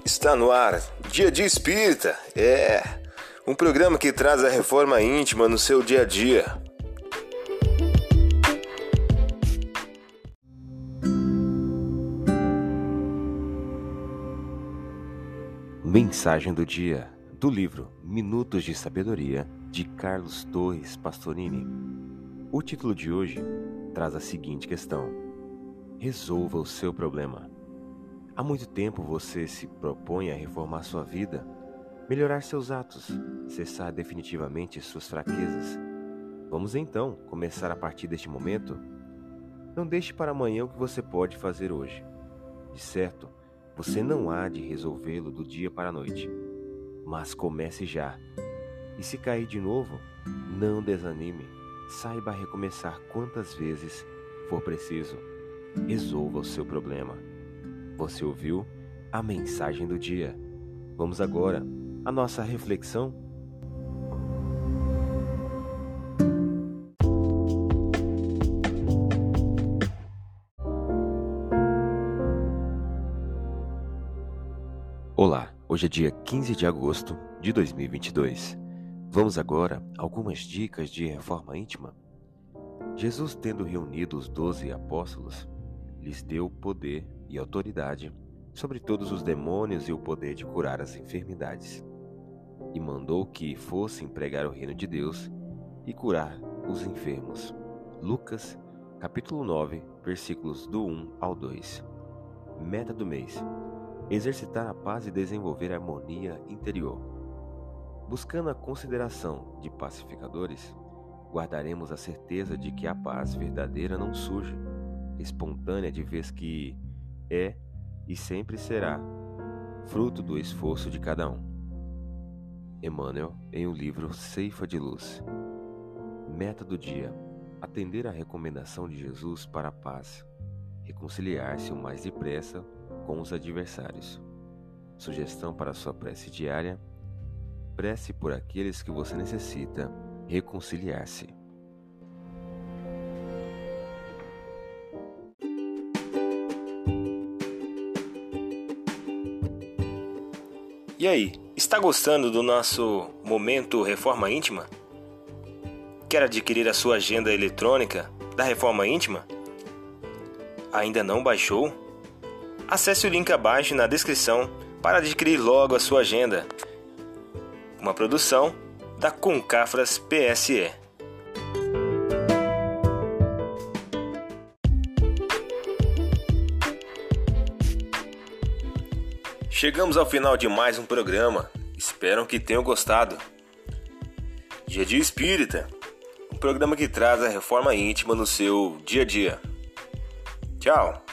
Está no ar, Dia de Espírita, um programa que traz a reforma íntima no seu dia a dia. Mensagem do dia, do livro Minutos de Sabedoria, de Carlos Torres Pastorini. O título de hoje traz a seguinte questão: resolva o seu problema. Há muito tempo você se propõe a reformar sua vida, melhorar seus atos, cessar definitivamente suas fraquezas. Vamos então começar a partir deste momento? Não deixe para amanhã o que você pode fazer hoje. De certo, você não há de resolvê-lo do dia para a noite, mas comece já. E se cair de novo, não desanime. Saiba recomeçar quantas vezes for preciso. Resolva o seu problema. Você ouviu a mensagem do dia. Vamos agora à nossa reflexão. Olá, hoje é dia 15 de agosto de 2022. Vamos agora a algumas dicas de reforma íntima. Jesus, tendo reunido os 12 apóstolos, lhes deu poder e autoridade sobre todos os demônios e o poder de curar as enfermidades. E mandou que fossem pregar o reino de Deus e curar os enfermos. Lucas, capítulo 9, versículos do 1 ao 2. Meta do mês: exercitar a paz e desenvolver a harmonia interior. Buscando a consideração de pacificadores, guardaremos a certeza de que a paz verdadeira não surge, espontânea, de vez que é e sempre será fruto do esforço de cada um. Emmanuel, em o livro Ceifa de Luz. Meta do dia: atender à recomendação de Jesus para a paz, reconciliar-se o mais depressa com os adversários. Sugestão para sua prece diária: prece por aqueles que você necessita reconciliar-se. E aí, está gostando do nosso momento Reforma Íntima? Quer adquirir a sua agenda eletrônica da Reforma Íntima? Ainda não baixou? Acesse o link abaixo na descrição para adquirir logo a sua agenda. Uma produção da Concafras PSE. Chegamos ao final de mais um programa. Espero que tenham gostado. Dia de Espírita, um programa que traz a reforma íntima no seu dia a dia. Tchau!